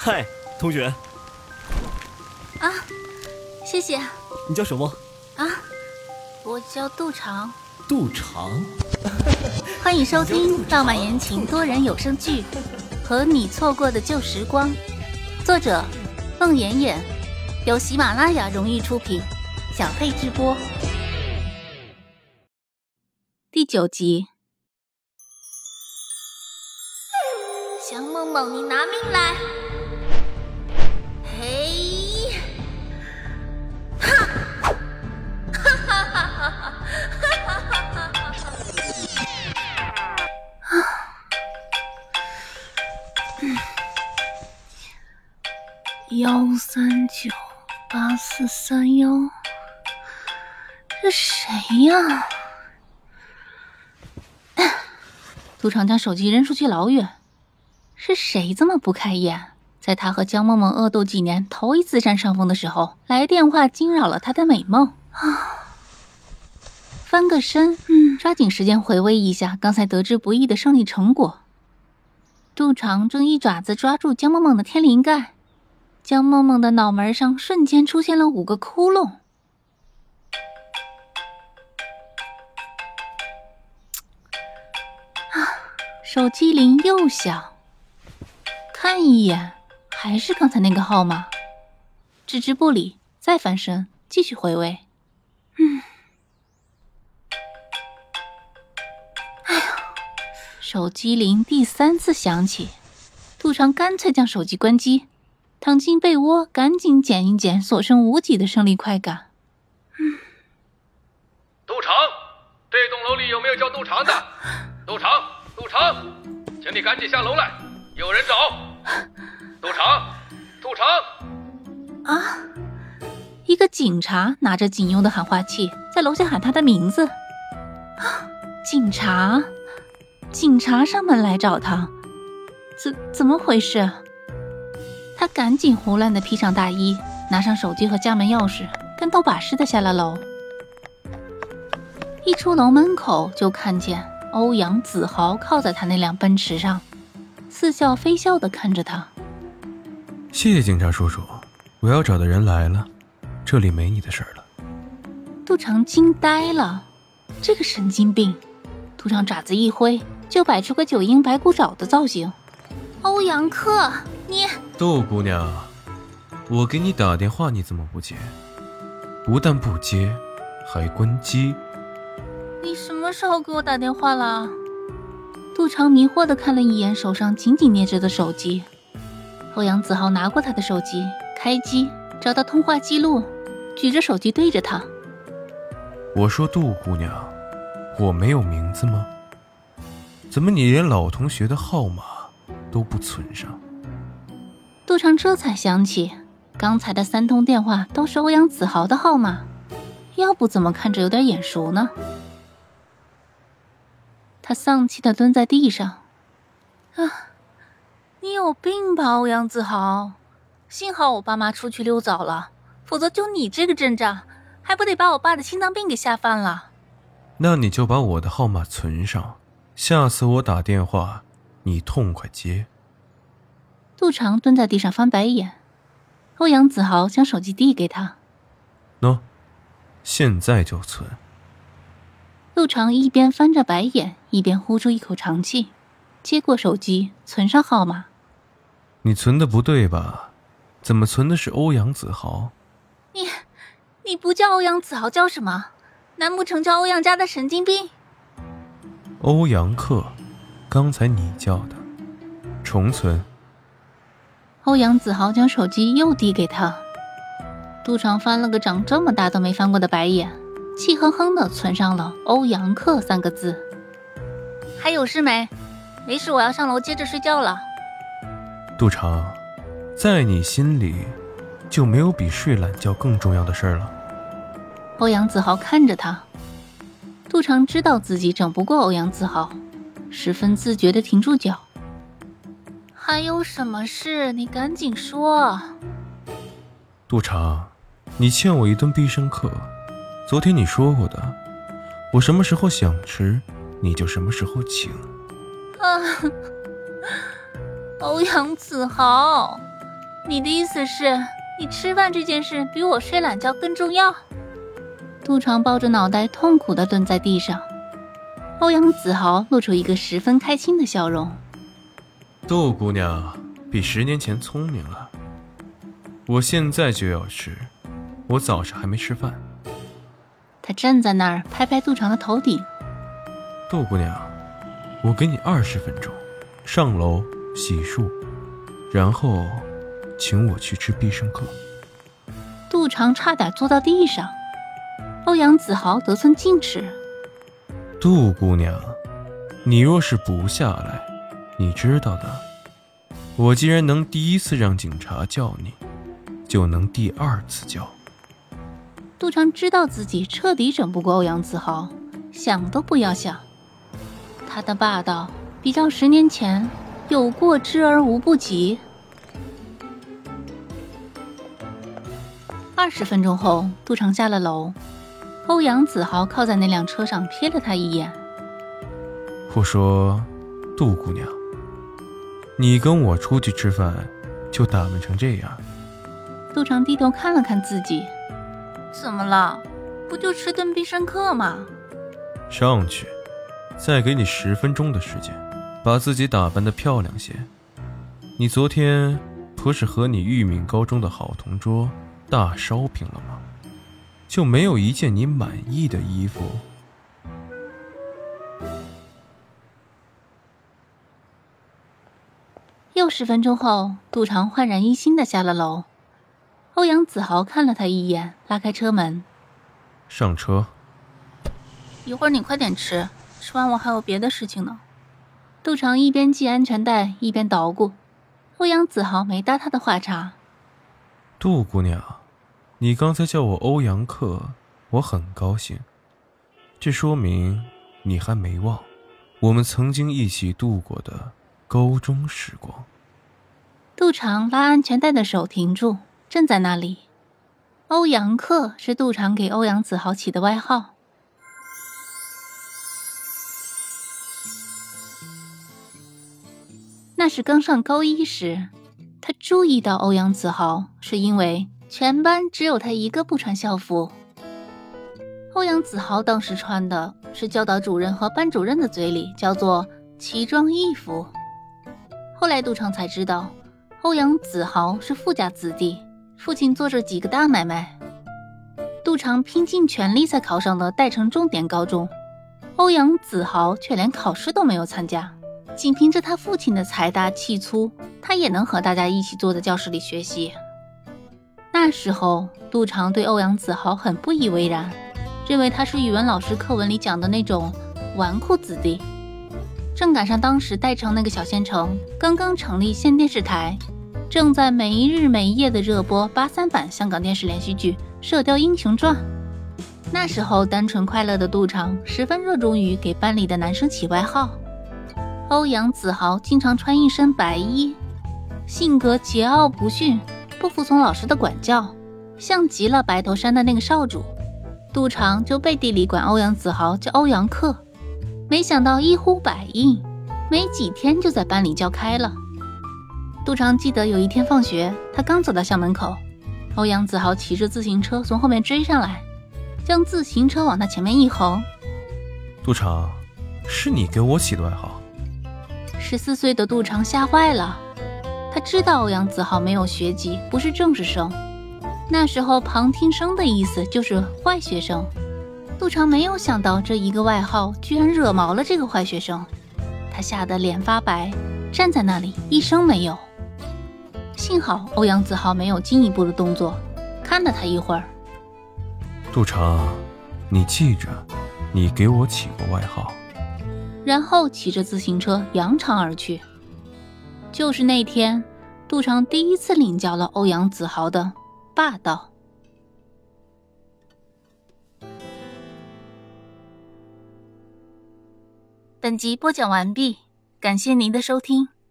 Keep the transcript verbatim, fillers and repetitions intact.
嗨，同学。 啊，谢谢。 你叫什么？ 啊，我叫杜长。 杜长。 欢迎收听浪漫言情多人有声剧《和你错过的旧时光》，作者孟妍妍，由喜马拉雅荣誉出品，小佩制播。第九集。香梦梦，你拿命来！嘿，哈，哈哈哈哈哈哈！啊，嗯，幺三九八四三幺，这谁呀？杜长将手机扔出去老远。是谁这么不开眼？在他和江梦梦恶斗几年，头一次占上风的时候，来电话惊扰了他的美梦啊！翻个身，嗯，抓紧时间回味一下刚才得之不易的胜利成果。杜长正一爪子抓住江梦梦的天灵盖，江梦梦的脑门上瞬间出现了五个窟窿。啊！手机铃又响。看一眼，还是刚才那个号码，置之不理，再翻身继续回味。嗯，哎呀，手机铃第三次响起，杜长干脆将手机关机，躺进被窝，赶紧捡一捡所剩无几的胜利快感。嗯， 杜长，这栋楼里有没有叫杜长的？杜长，杜长，请你赶紧下楼来，有人找。杜长，杜长！ 啊！一个警察拿着警用的喊话器在楼下喊他的名字。啊！警察，警察上门来找他，怎怎么回事？他赶紧胡乱地披上大衣，拿上手机和家门钥匙，跟偷把似的下了楼。一出楼门口就看见欧阳子豪靠在他那辆奔驰上，似笑非笑地看着他。 谢谢警察叔叔，我要找的人来了，这里没你的事儿了。 杜长惊呆了，这个神经病！杜长爪子一挥，就摆出个九阴白骨爪的造型。欧阳克，你…… 杜姑娘，我给你打电话，你怎么不接？不但不接，还关机。 你什么时候给我打电话了？杜长迷惑地看了一眼手上紧紧捏着的手机。欧阳子豪拿过他的手机，开机，找到通话记录，举着手机对着他。 我说杜姑娘，我没有名字吗？怎么你连老同学的号码都不存上？ 杜长这才想起，刚才的三通电话都是欧阳子豪的号码，要不怎么看着有点眼熟呢？他丧气地蹲在地上。啊！你有病吧，欧阳子豪！幸好我爸妈出去溜早了，否则就你这个阵仗，还不得把我爸的心脏病给吓犯了。 那你就把我的号码存上，下次我打电话，你痛快接。 杜长蹲在地上翻白眼，欧阳子豪将手机递给他。 喏，现在就存。 杜长一边翻着白眼，一边呼出一口长气，接过手机，存上号码。 你存的不对吧？怎么存的是欧阳子豪？ 你，你不叫欧阳子豪叫什么？难不成叫欧阳家的神经病？ 欧阳克，刚才你叫的，重存。 欧阳子豪将手机又递给他。杜长翻了个长这么大都没翻过的白眼，气哼哼地存上了欧阳克三个字。还有事没？没事，我要上楼接着睡觉了。 杜长，在你心里就没有比睡懒觉更重要的事了？ 欧阳子豪看着他，杜长知道自己整不过欧阳子豪，十分自觉地停住脚。还有什么事？你赶紧说。 杜长，你欠我一顿必胜客，昨天你说过的，我什么时候想吃，你就什么时候请。 啊，欧阳子豪， 你的意思是，你吃饭这件事比我睡懒觉更重要？杜长抱着脑袋痛苦地蹲在地上，欧阳子豪露出一个十分开心的笑容。 杜姑娘比十年前聪明了，我现在就要吃，我早上还没吃饭。 他站在那儿拍拍杜长的头顶。 杜姑娘，我给你二十分钟，上楼洗漱，然后请我去吃必胜客。 杜长差点坐到地上，欧阳子豪得寸进尺。 杜姑娘，你若是不下来，你知道的，我既然能第一次让警察叫你，就能第二次叫。 杜长知道自己彻底整不过欧阳子豪，想都不要想。他的霸道比较十年前有过之而无不及。二十分钟后，杜长下了楼，欧阳子豪靠在那辆车上瞥了他一眼。 我说，杜姑娘，你跟我出去吃饭就打扮成这样。 杜长低头看了看自己，怎么了？不就吃顿必胜客吗？ 上去，再给你十分钟的时间，把自己打扮得漂亮些。你昨天不是和你玉敏高中的好同桌大shopping了吗？就没有一件你满意的衣服？ 又十分钟后，杜长焕然一新的下了楼。欧阳子豪看了他一眼，拉开车门。 上车。 一会儿你快点吃，吃完我还有别的事情呢。杜长一边系安全带一边捣鼓。欧阳子豪没搭他的话茬。 杜姑娘，你刚才叫我欧阳克，我很高兴，这说明你还没忘我们曾经一起度过的高中时光。 杜长拉安全带的手停住，站在那里。欧阳克是杜长给欧阳子豪起的外号。那是刚上高一时，他注意到欧阳子豪，是因为全班只有他一个不穿校服。欧阳子豪当时穿的是教导主任和班主任的嘴里叫做奇装异服。后来杜长才知道，欧阳子豪是富家子弟，父亲做着几个大买卖。杜长拼尽全力才考上的代城重点高中，欧阳子豪却连考试都没有参加，仅凭着他父亲的财大气粗，他也能和大家一起坐在教室里学习。那时候杜长对欧阳子豪很不以为然，认为他是语文老师课文里讲的那种纨绔子弟。正赶上当时代城那个小县城刚刚成立县电视台，正在没日没夜的热播八三版香港电视连续剧《射雕英雄传》。那时候单纯快乐的杜长十分热衷于给班里的男生起外号。欧阳子豪经常穿一身白衣，性格桀骜不驯，不服从老师的管教，像极了白头山的那个少主。杜长就背地里管欧阳子豪叫欧阳克，没想到一呼百应，没几天就在班里叫开了。杜长记得有一天放学，他刚走到校门口，欧阳子豪骑着自行车从后面追上来，将自行车往他前面一横。 杜长，是你给我起的外号？ 十四岁的杜长吓坏了，他知道欧阳子豪没有学籍，不是正式生，那时候旁听生的意思就是坏学生。杜长没有想到这一个外号居然惹毛了这个坏学生，他吓得脸发白，站在那里一声没有。幸好欧阳子豪没有进一步的动作，看了他一会儿。 杜长，你记着，你给我起过外号。 然后骑着自行车扬长而去。就是那天，杜长第一次领教了欧阳子豪的霸道。本集播讲完毕，感谢您的收听。